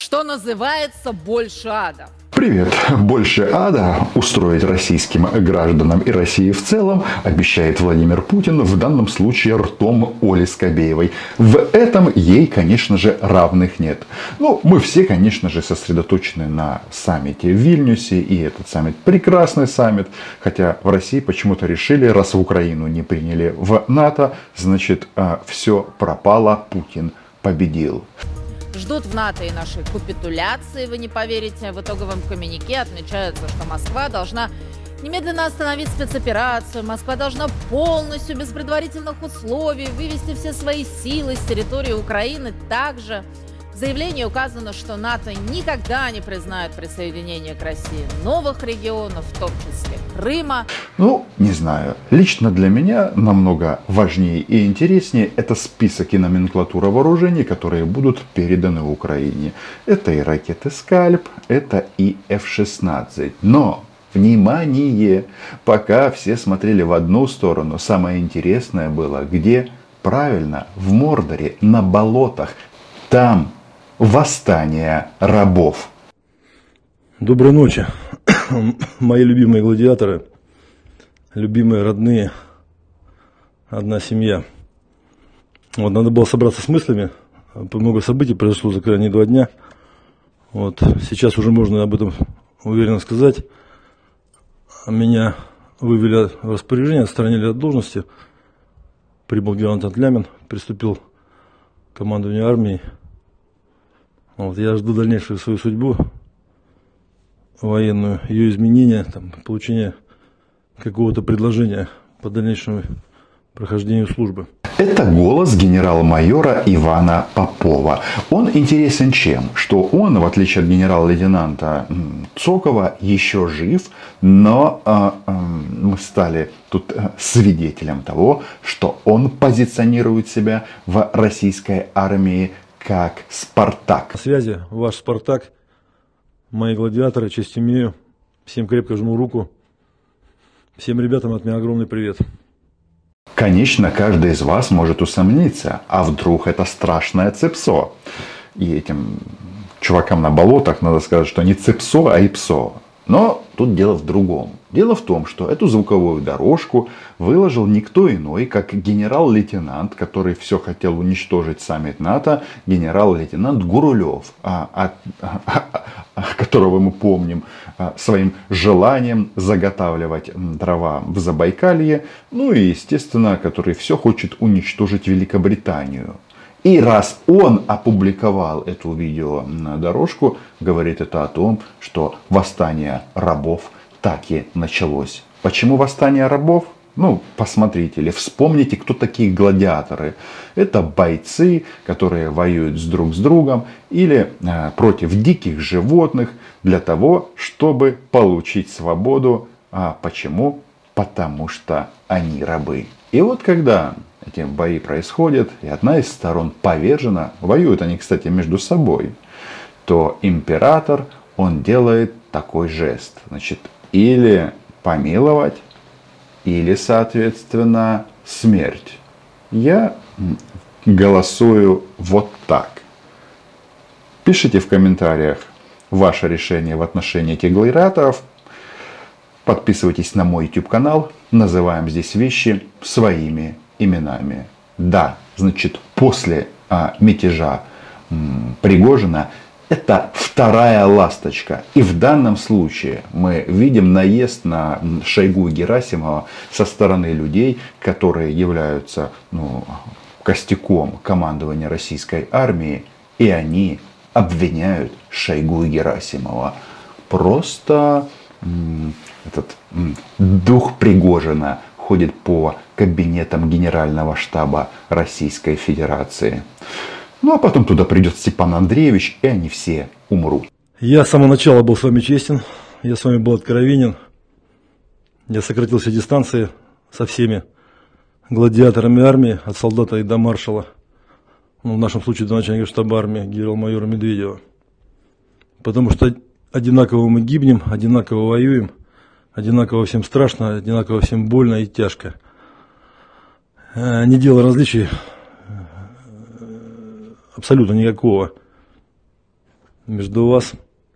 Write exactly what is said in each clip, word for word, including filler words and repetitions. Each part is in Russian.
Что называется, больше ада. Привет! Больше ада устроить российским гражданам и России в целом обещает Владимир Путин, в данном случае ртом Оли Скобеевой. В этом ей, конечно же, равных нет. Ну, мы все, конечно же, сосредоточены на саммите в Вильнюсе, и этот саммит прекрасный саммит. Хотя в России почему-то решили, раз в Украину не приняли в НАТО, значит, все пропало, Путин победил. Ждут в НАТО и нашей капитуляции, вы не поверите. В итоговом коммюнике отмечается, что Москва должна немедленно остановить спецоперацию. Москва должна полностью, без предварительных условий, вывести все свои силы с территории Украины. Также в заявлении указано, что НАТО никогда не признает присоединение к России новых регионов, в том числе Крыма. Ну, не знаю. Лично для меня намного важнее и интереснее это список и номенклатура вооружений, которые будут переданы Украине. Это и ракеты «Скальп», это и эф шестнадцать. Но, внимание, пока все смотрели в одну сторону, самое интересное было где? Правильно, в Мордоре, на болотах. Там восстание рабов. Доброй ночи, мои любимые гладиаторы, любимые родные, одна семья. Вот, надо было собраться с мыслями, много событий произошло за крайние два дня. Вот, сейчас уже можно об этом уверенно сказать. Меня вывели в распоряжение, отстранили от должности. Прибыл генерал-лейтенант Лямин, приступил к командованию армией. Вот, я жду дальнейшую свою судьбу военную, ее изменения, там, получения какого-то предложения по дальнейшему прохождению службы. Это голос генерал-майора Ивана Попова. Он интересен чем? Что он, в отличие от генерал-лейтенанта Цокова, еще жив, но э, э, мы стали тут свидетелем того, что он позиционирует себя в российской армии как Спартак. На связи ваш Спартак, мои гладиаторы, честь имею, всем крепко жму руку, всем ребятам от меня огромный привет. Конечно, каждый из вас может усомниться, а вдруг это страшное ЦИПСО. И этим чувакам на болотах надо сказать, что не ЦИПСО, а ИПСО. Но тут дело в другом. Дело в том, что эту звуковую дорожку выложил никто иной, как генерал-лейтенант, который все хотел уничтожить саммит НАТО, генерал-лейтенант Гурулев, а, а, а, а, которого мы помним а, своим желанием заготавливать дрова в Забайкалье, ну и, естественно, который все хочет уничтожить Великобританию. И раз он опубликовал эту видеодорожку, говорит это о том, что восстание рабов так и началось. Почему восстание рабов? Ну, посмотрите или вспомните, кто такие гладиаторы. Это бойцы, которые воюют с друг с другом или э, против диких животных для того, чтобы получить свободу. А почему? Потому что они рабы. И вот когда эти бои происходят, и одна из сторон повержена, воюют они, кстати, между собой, то император, он делает такой жест. Значит, или помиловать, или, соответственно, смерть. Я голосую вот так. Пишите в комментариях ваше решение в отношении этих гладиаторов. Подписывайтесь на мой YouTube канал. Называем здесь вещи своими именами. Да, значит, после а, мятежа м, Пригожина это вторая ласточка. И в данном случае мы видим наезд на Шойгу и Герасимова со стороны людей, которые являются ну, костяком командования российской армии. И они обвиняют Шойгу и Герасимова. Просто м, этот м, дух Пригожина ходит по кабинетам Генерального штаба Российской Федерации. Ну а потом туда придет Степан Андреевич, и они все умрут. Я с самого начала был с вами честен, я с вами был откровенен. Я сократил все дистанции со всеми гладиаторами армии, от солдата и до маршала. Ну, в нашем случае до начальника штаба армии генерал-майора Медведева. Потому что одинаково мы гибнем, одинаково воюем, одинаково всем страшно, одинаково всем больно и тяжко. Не делая различий абсолютно никакого между вас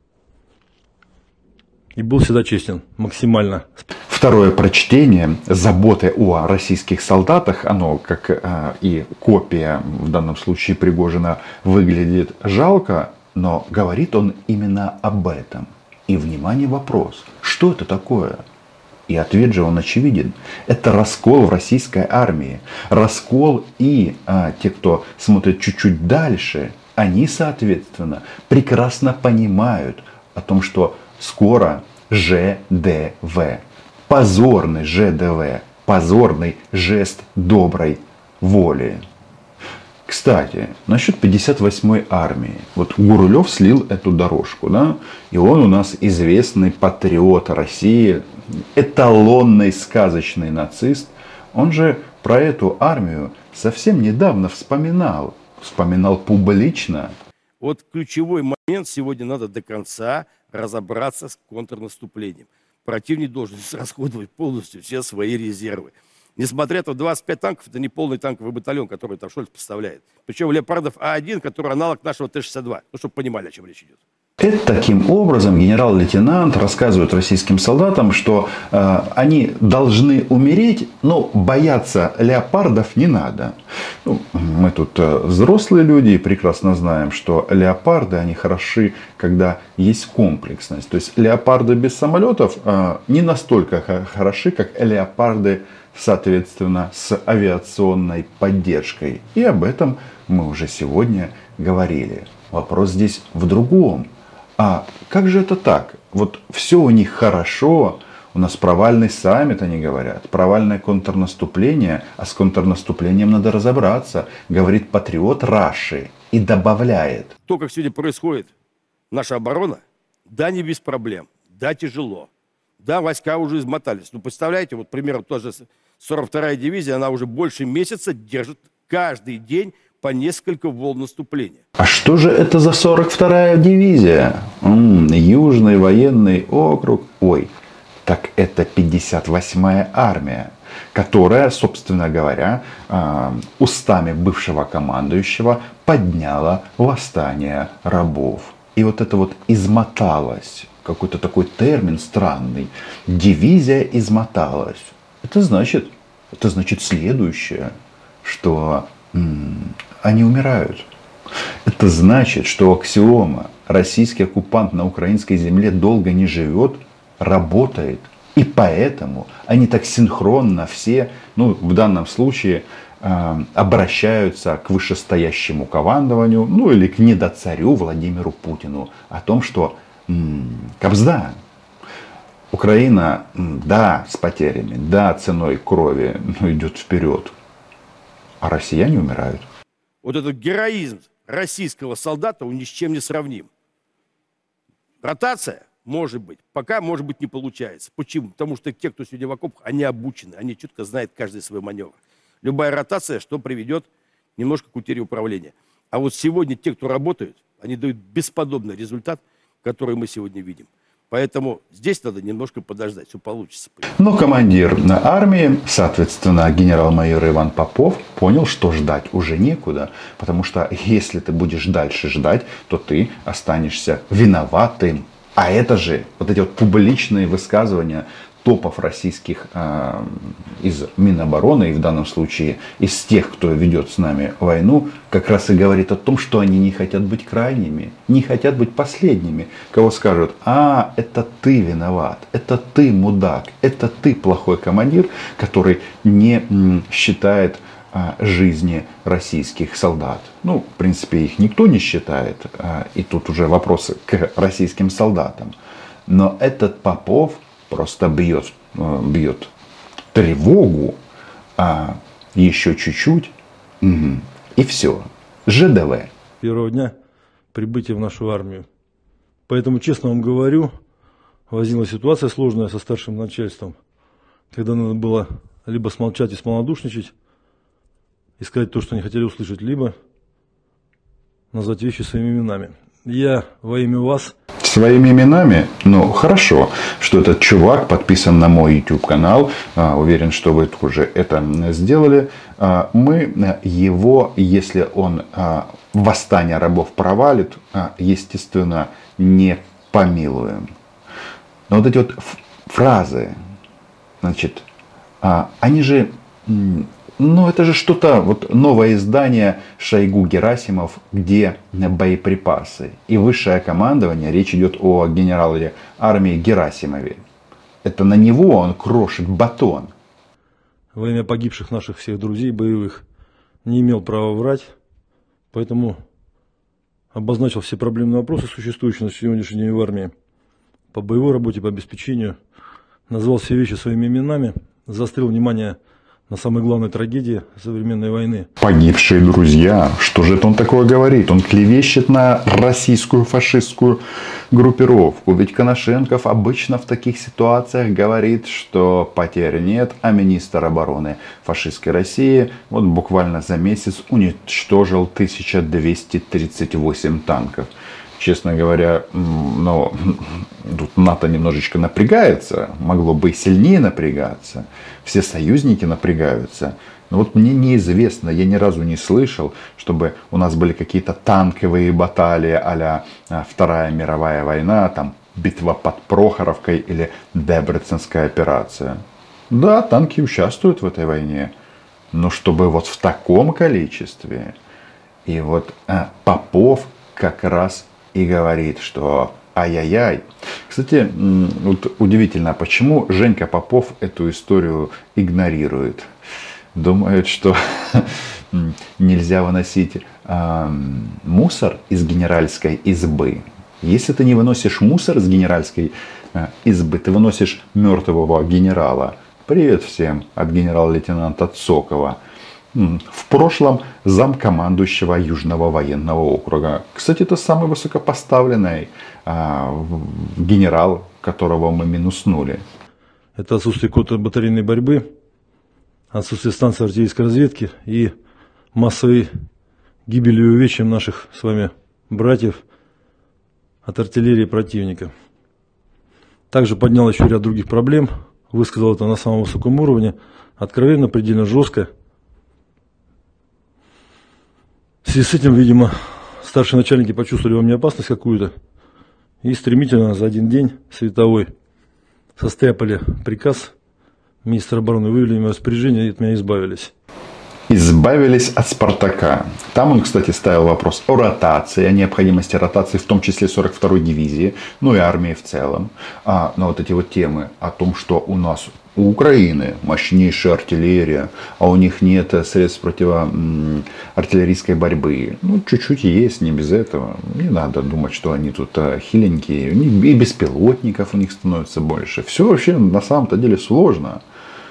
и был всегда честен, максимально. Второе прочтение заботы о российских солдатах, оно, как э, и копия в данном случае Пригожина, выглядит жалко, но говорит он именно об этом. И, внимание, вопрос, что это такое? И ответ же он очевиден. Это раскол в российской армии. Раскол, и э, те, кто смотрит чуть-чуть дальше, они, соответственно, прекрасно понимают о том, что скоро Ж Д В. Позорный Ж Д В. Позорный жест доброй воли. Кстати, насчет пятьдесят восьмой армии. Вот Гурулев слил эту дорожку, да? И он у нас известный патриот России, эталонный сказочный нацист. Он же про эту армию совсем недавно вспоминал. Вспоминал публично. Вот ключевой момент сегодня надо до конца разобраться с контрнаступлением. Противник должен расходовать полностью все свои резервы. Несмотря на двадцать пять танков, это не полный танковый батальон, который там Шольц поставляет. Причем Леопардов А один, который аналог нашего Т шестьдесят два. Ну, чтобы понимали, о чем речь идет. Это таким образом генерал-лейтенант рассказывает российским солдатам, что э, они должны умереть, но бояться леопардов не надо. Ну, мы тут э, взрослые люди и прекрасно знаем, что леопарды, они хороши, когда есть комплексность. То есть леопарды без самолетов э, не настолько хороши, как леопарды, соответственно, с авиационной поддержкой. И об этом мы уже сегодня говорили. Вопрос здесь в другом. А как же это так? Вот все у них хорошо, у нас провальный саммит, они говорят, провальное контрнаступление, а с контрнаступлением надо разобраться, говорит патриот Раши и добавляет. То, как сегодня происходит наша оборона, да, не без проблем, да, тяжело, да, войска уже измотались. Ну, представляете, вот, к примеру, тоже сорок вторая дивизия, она уже больше месяца держит каждый день по несколько волн наступления. А что же это за сорок вторая дивизия? М-м, Южный военный округ. Ой, так это пятьдесят восьмая армия, которая, собственно говоря, устами бывшего командующего подняла восстание рабов. И вот это вот измоталось. Какой-то такой термин странный. Дивизия измоталась. Это значит, это значит следующее, что м- они умирают. Это значит, что аксиома «российский оккупант на украинской земле долго не живет» работает. И поэтому они так синхронно все, ну, в данном случае, э, обращаются к вышестоящему командованию, ну или к недоцарю Владимиру Путину о том, что м- кабзда. Украина, да, с потерями, да, ценой крови, но идет вперед. А россияне умирают. Вот этот героизм российского солдата, он ни с чем не сравним. Ротация, может быть, пока, может быть, не получается. Почему? Потому что те, кто сегодня в окопах, они обучены, они четко знают каждый свой маневр. Любая ротация, что приведет немножко к утере управления. А вот сегодня те, кто работают, они дают бесподобный результат, который мы сегодня видим. Поэтому здесь надо немножко подождать, все получится. Но командир армии, соответственно, генерал-майор Иван Попов, понял, что ждать уже некуда. Потому что если ты будешь дальше ждать, то ты останешься виноватым. А это же вот эти вот публичные высказывания топов российских э, из Минобороны, и в данном случае из тех, кто ведет с нами войну, как раз и говорит о том, что они не хотят быть крайними, не хотят быть последними. Кого скажут: а, это ты виноват, это ты мудак, это ты плохой командир, который не м, считает а, жизни российских солдат. Ну, в принципе, их никто не считает, а, и тут уже вопросы к российским солдатам. Но этот Попов просто бьет, бьет тревогу, а еще чуть-чуть, угу, и все. Ж Д В. Первого дня прибытия в нашу армию. Поэтому, честно вам говорю, возникла ситуация сложная со старшим начальством, когда надо было либо смолчать и смолодушничать, и сказать то, что не хотели услышать, либо назвать вещи своими именами. Я во имя вас... Своими именами? Ну, хорошо, что этот чувак подписан на мой YouTube канал. А, уверен, что вы уже это сделали. А, мы его, если он а, восстание рабов провалит, естественно, не помилуем. Но вот эти вот фразы, значит, они же, ну это же что-то, вот новое издание Шойгу Герасимов, где боеприпасы. И высшее командование, речь идет о генерале армии Герасимове. Это на него он крошит батон. Во имя погибших наших всех друзей боевых не имел права врать, поэтому обозначил все проблемные вопросы, существующие на сегодняшний день в армии, по боевой работе, по обеспечению, назвал все вещи своими именами, заострил внимание на самой главной трагедии современной войны. Погибшие друзья. Что же это он такое говорит? Он клевещет на российскую фашистскую группировку. Ведь Коношенков обычно в таких ситуациях говорит, что потерь нет, а министр обороны фашистской России вот буквально за месяц уничтожил тысячу двести тридцать восемь танков. Честно говоря, ну, тут НАТО немножечко напрягается, могло бы и сильнее напрягаться. Все союзники напрягаются. Но вот мне неизвестно, я ни разу не слышал, чтобы у нас были какие-то танковые баталии а-ля Вторая мировая война, там битва под Прохоровкой или Дебреценская операция. Да, танки участвуют в этой войне, но чтобы вот в таком количестве. И вот а, Попов как раз и говорит, что ай-яй-яй. Кстати, вот удивительно, почему Женька Попов эту историю игнорирует. Думает, что нельзя выносить э, мусор из генеральской избы. Если ты не выносишь мусор из генеральской э, избы, ты выносишь мертвого генерала. Привет всем от генерал-лейтенанта Цокова. В прошлом замкомандующего Южного военного округа. Кстати, это самый высокопоставленный а, генерал, которого мы минуснули. Это отсутствие контрбатарейной борьбы, отсутствие станции артиллерийской разведки и массовой гибели и увечьям наших с вами братьев от артиллерии противника. Также поднял еще ряд других проблем, высказал это на самом высоком уровне, откровенно, предельно жестко. В связи с этим, видимо, старшие начальники почувствовали во мне опасность какую-то и стремительно за один день световой состряпали приказ министра обороны, вывели мое распоряжение и от меня избавились. Избавились от Спартака. Там он, кстати, ставил вопрос о ротации, о необходимости ротации, в том числе сорок второй дивизии, ну и армии в целом. А, но вот эти вот темы о том, что у нас, у Украины мощнейшая артиллерия, а у них нет средств противоартиллерийской борьбы. Ну, чуть-чуть есть, не без этого. Не надо думать, что они тут хиленькие. И беспилотников у них становится больше. Все вообще на самом-то деле сложно.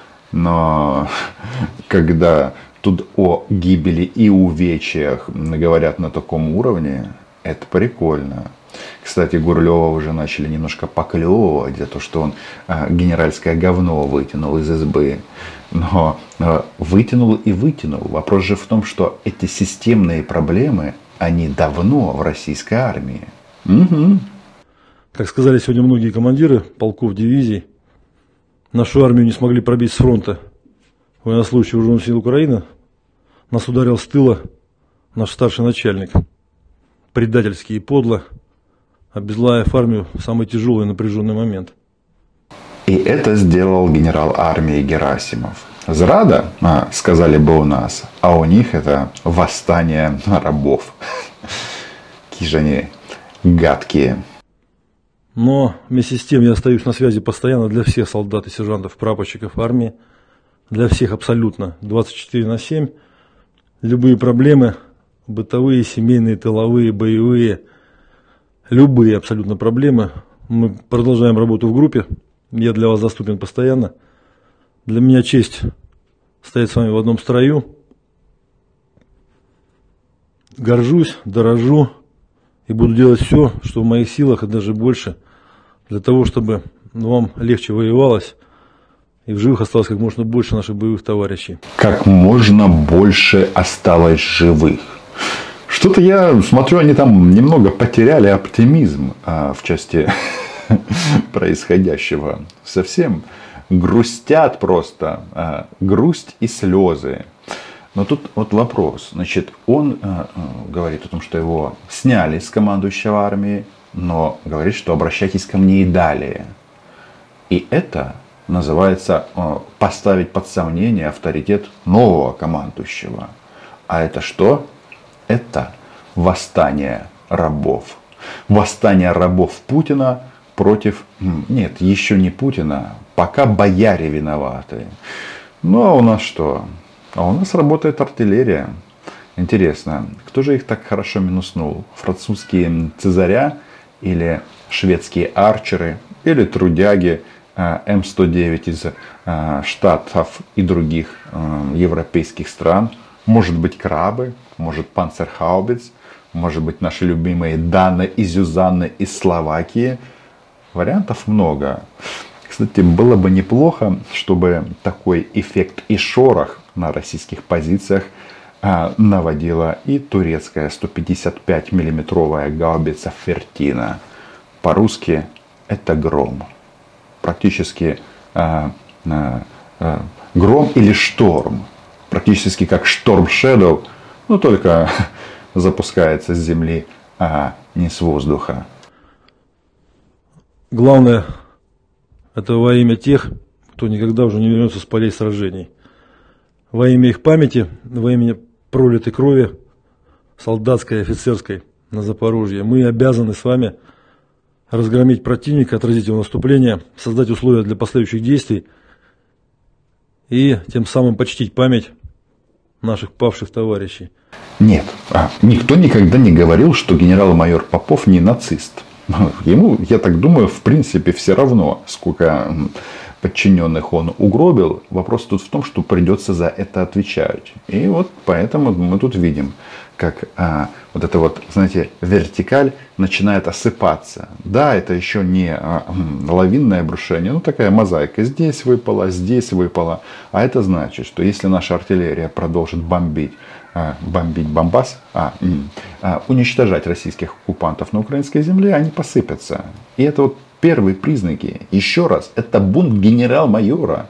Но когда тут о гибели и увечьях говорят на таком уровне, это прикольно. Кстати, Гурлева уже начали немножко поклевывать за то, что он э, генеральское говно вытянул из избы. Но э, вытянул и вытянул. Вопрос же в том, что эти системные проблемы, они давно в российской армии. Угу. Как сказали сегодня многие командиры полков, дивизий, нашу армию не смогли пробить с фронта военнослужащие вооруженных сил Украины. Нас ударил с тыла наш старший начальник. Предательски и подло, обезглавив армию в самый тяжелый и напряженный момент. И это сделал генерал армии Герасимов. Зрада, а, сказали бы у нас, а у них это восстание рабов. Какие же они гадкие. Но вместе с тем я остаюсь на связи постоянно для всех солдат и сержантов, прапорщиков армии. Для всех абсолютно двадцать четыре на семь. Любые проблемы, бытовые, семейные, тыловые, боевые, любые абсолютно проблемы. Мы продолжаем работу в группе. Я для вас доступен постоянно. Для меня честь стоять с вами в одном строю. Горжусь, дорожу и буду делать все, что в моих силах, и даже больше, для того, чтобы вам легче воевалось и в живых осталось как можно больше наших боевых товарищей. Как можно больше осталось живых. Что-то я смотрю, они там немного потеряли оптимизм а, в части происходящего. Совсем грустят просто. А, грусть и слезы. Но тут вот вопрос. Значит, он э, говорит о том, что его сняли с командующего армии, но говорит, что обращайтесь ко мне и далее. И это называется э, поставить под сомнение авторитет нового командующего. А это что? Это восстание рабов. Восстание рабов Путина против... Нет, еще не Путина. Пока бояре виноваты. Ну а у нас что? А у нас работает артиллерия. Интересно, кто же их так хорошо минуснул? Французские цезаря или шведские арчеры или трудяги эм сто девять из Штатов и других европейских стран? Может быть крабы, может панцерхаубиц, может быть наши любимые Даны и Зюзанны из Словакии. Вариантов много. Кстати, было бы неплохо, чтобы такой эффект и шорох на российских позициях а, наводила и турецкая сто пятьдесят пять миллиметровая гаубица Фертина. По-русски это гром. Практически а, а, а, гром или шторм. Практически как Storm Shadow, но только запускается с земли, а не с воздуха. Главное, это во имя тех, кто никогда уже не вернется с полей сражений. Во имя их памяти, во имя пролитой крови, солдатской и офицерской на Запорожье, мы обязаны с вами разгромить противника, отразить его наступление, создать условия для последующих действий и тем самым почтить память наших павших товарищей. Нет, никто никогда не говорил, что генерал-майор Попов не нацист. Ему, я так думаю, в принципе все равно, сколько подчиненных он угробил. Вопрос тут в том, что придется за это отвечать. И вот поэтому мы тут видим, как а, вот эта вот, знаете, вертикаль начинает осыпаться. Да, это еще не а, лавинное обрушение, ну такая мозаика. Здесь выпала, здесь выпала. А это значит, что если наша артиллерия продолжит бомбить, а, бомбить Бомбас, а, а, уничтожать российских оккупантов на украинской земле, они посыпятся. И это вот первые признаки. Еще раз, это бунт генерал-майора.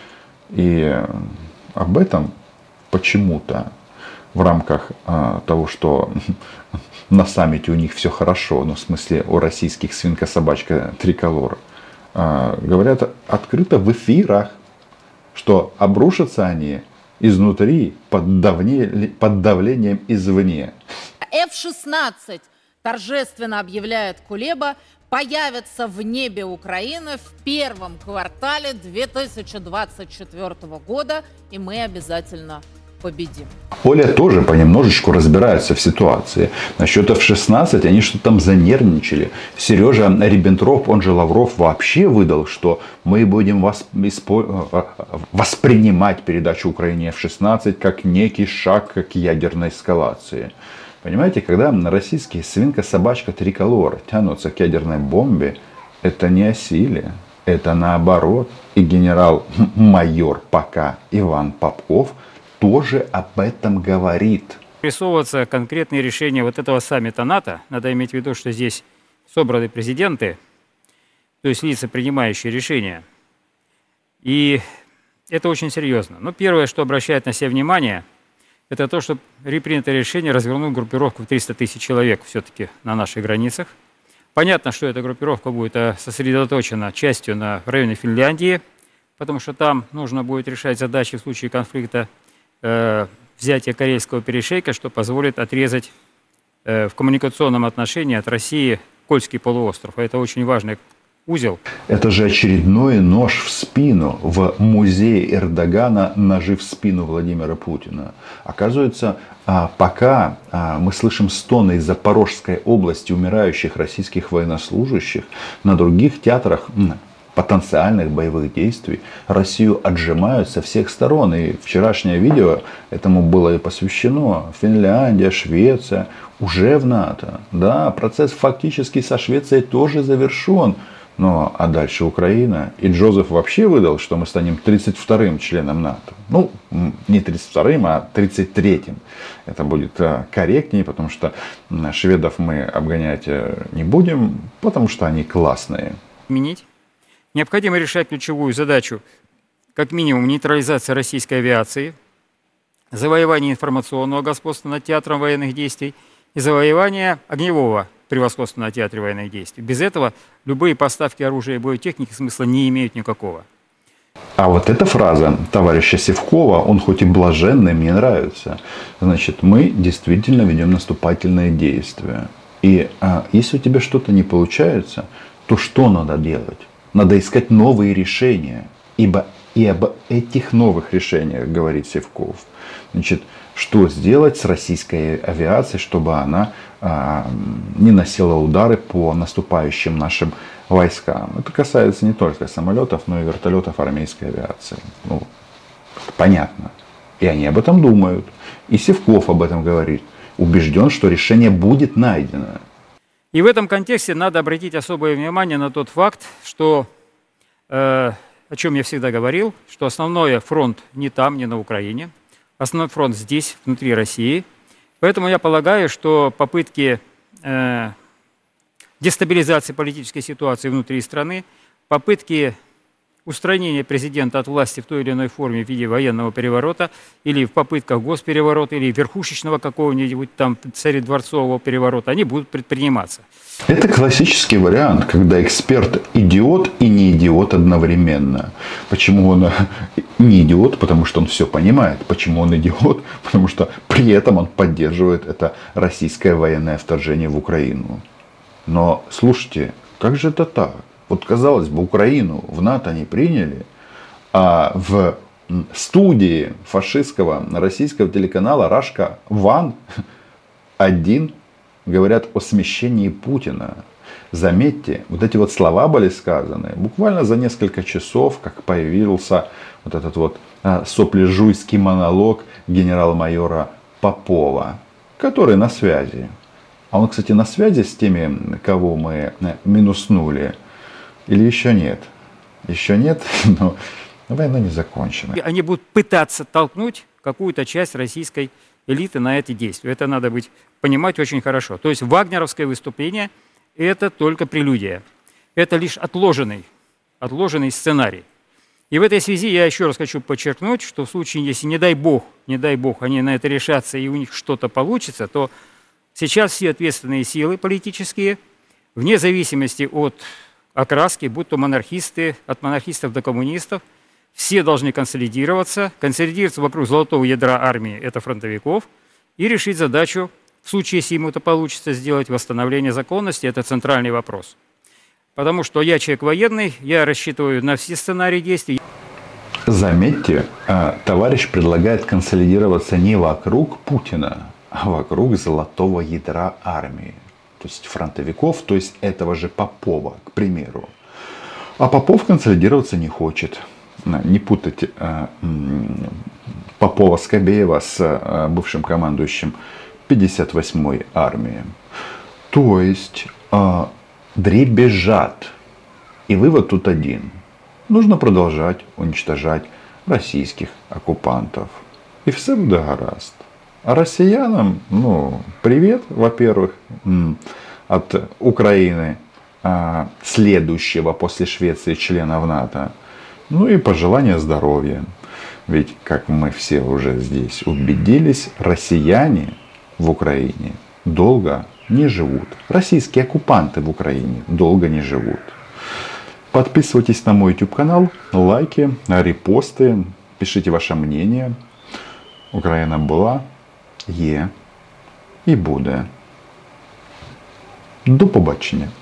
И об этом почему-то в рамках а, того, что на саммите у них все хорошо, ну в смысле у российских свинка-собачка триколор, а, говорят открыто в эфирах, что обрушатся они изнутри под, давне, под давлением извне. эф шестнадцать, торжественно объявляет Кулеба, появится в небе Украины в первом квартале две тысячи двадцать четвёртого года, и мы обязательно победим. Оля тоже понемножечку разбирается в ситуации. Насчет эф шестнадцать они что-то там занервничали. Сережа Риббентроп, он же Лавров, вообще выдал, что мы будем воспо... воспринимать передачу Украине эф шестнадцать как некий шаг к ядерной эскалации. Понимаете, когда российские свинка-собачка триколор тянутся к ядерной бомбе, это не о силе, это наоборот. И генерал-майор пока Иван Попов тоже об этом говорит. Рисовываться конкретные решения вот этого саммита НАТО. Надо иметь в виду, что здесь собраны президенты, то есть лица, принимающие решения. И это очень серьезно. Но первое, что обращает на себя внимание, это то, что принято решение развернуть группировку в триста тысяч человек все-таки на наших границах. Понятно, что эта группировка будет сосредоточена частью на районе Финляндии, потому что там нужно будет решать задачи в случае конфликта, э, взятия Карельского перешейка, что позволит отрезать э, в коммуникационном отношении от России Кольский полуостров. А это очень важный узел. Это же очередной нож в спину. В музее Эрдогана ножи в спину Владимира Путина. Оказывается, пока мы слышим стоны из Запорожской области умирающих российских военнослужащих, на других театрах потенциальных боевых действий Россию отжимают со всех сторон. И вчерашнее видео этому было и посвящено. Финляндия, Швеция уже в НАТО. Да, процесс фактически со Швецией тоже завершен. Ну, а дальше Украина. И Джозеф вообще выдал, что мы станем тридцать вторым членом НАТО. Ну, не тридцать вторым, а тридцать третьим. Это будет корректнее, потому что шведов мы обгонять не будем, потому что они классные. Изменить. Необходимо решать ключевую задачу, как минимум, нейтрализация российской авиации, завоевание информационного господства над театром военных действий и завоевание огневого превосходства на театре военных действий. Без этого любые поставки оружия и боетехники смысла не имеют никакого. А вот эта фраза товарища Сивкова, он хоть и блаженный, мне нравится. Значит, мы действительно ведем наступательные действия. И а, если у тебя что-то не получается, то что надо делать? Надо искать новые решения. Ибо и об этих новых решениях говорит Сивков. Значит, что сделать с российской авиацией, чтобы она а, не носила удары по наступающим нашим войскам. Это касается не только самолетов, но и вертолетов армейской авиации. Ну, понятно. И они об этом думают. И Сивков об этом говорит. Убежден, что решение будет найдено. И в этом контексте надо обратить особое внимание на тот факт, что, э, о чем я всегда говорил, что основной фронт не там, не на Украине. Основной фронт здесь, внутри России. Поэтому я полагаю, что попытки э, дестабилизации политической ситуации внутри страны, попытки устранения президента от власти в той или иной форме в виде военного переворота или в попытках госпереворота или верхушечного какого-нибудь там царедворцового переворота, они будут предприниматься. Это классический вариант, когда эксперт идиот и не идиот одновременно. Почему он не идиот? Потому что он все понимает. Почему он идиот? Потому что при этом он поддерживает это российское военное вторжение в Украину. Но слушайте, как же это так? Вот казалось бы, Украину в НАТО не приняли, а в студии фашистского российского телеканала Рашка Ван один говорят о смещении Путина. Заметьте, вот эти вот слова были сказаны буквально за несколько часов, как появился вот этот вот сопляжуйский монолог генерал-майора Попова, который на связи. А он, кстати, на связи с теми, кого мы минуснули. Или еще нет? Еще нет, но война не закончена. Они будут пытаться толкнуть какую-то часть российской элиты на эти действия. Это надо быть, понимать очень хорошо. То есть вагнеровское выступление – это только прелюдия. Это лишь отложенный, отложенный сценарий. И в этой связи я еще раз хочу подчеркнуть, что в случае, если, не дай бог, не дай бог, они на это решатся и у них что-то получится, то сейчас все ответственные силы политические, вне зависимости от окраски, будь то монархисты, от монархистов до коммунистов, все должны консолидироваться, консолидироваться вокруг золотого ядра армии, это фронтовиков, и решить задачу, в случае, если ему это получится сделать, восстановление законности, это центральный вопрос. Потому что я человек военный, я рассчитываю на все сценарии действий. Заметьте, товарищ предлагает консолидироваться не вокруг Путина, а вокруг золотого ядра армии. То есть фронтовиков, то есть этого же Попова, к примеру. А Попов консолидироваться не хочет. Не путать э, Попова-Скобеева с э, бывшим командующим пятьдесят восьмой армии. То есть э, дребезжат. И вывод тут один. Нужно продолжать уничтожать российских оккупантов. И все будет гораздо. А россиянам, ну, привет, во-первых, от Украины, следующего после Швеции члена в НАТО. Ну и пожелания здоровья. Ведь, как мы все уже здесь убедились, россияне в Украине долго не живут. Российские оккупанты в Украине долго не живут. Подписывайтесь на мой YouTube канал, лайки, репосты, пишите ваше мнение. Україна була, є і буде. До побачення.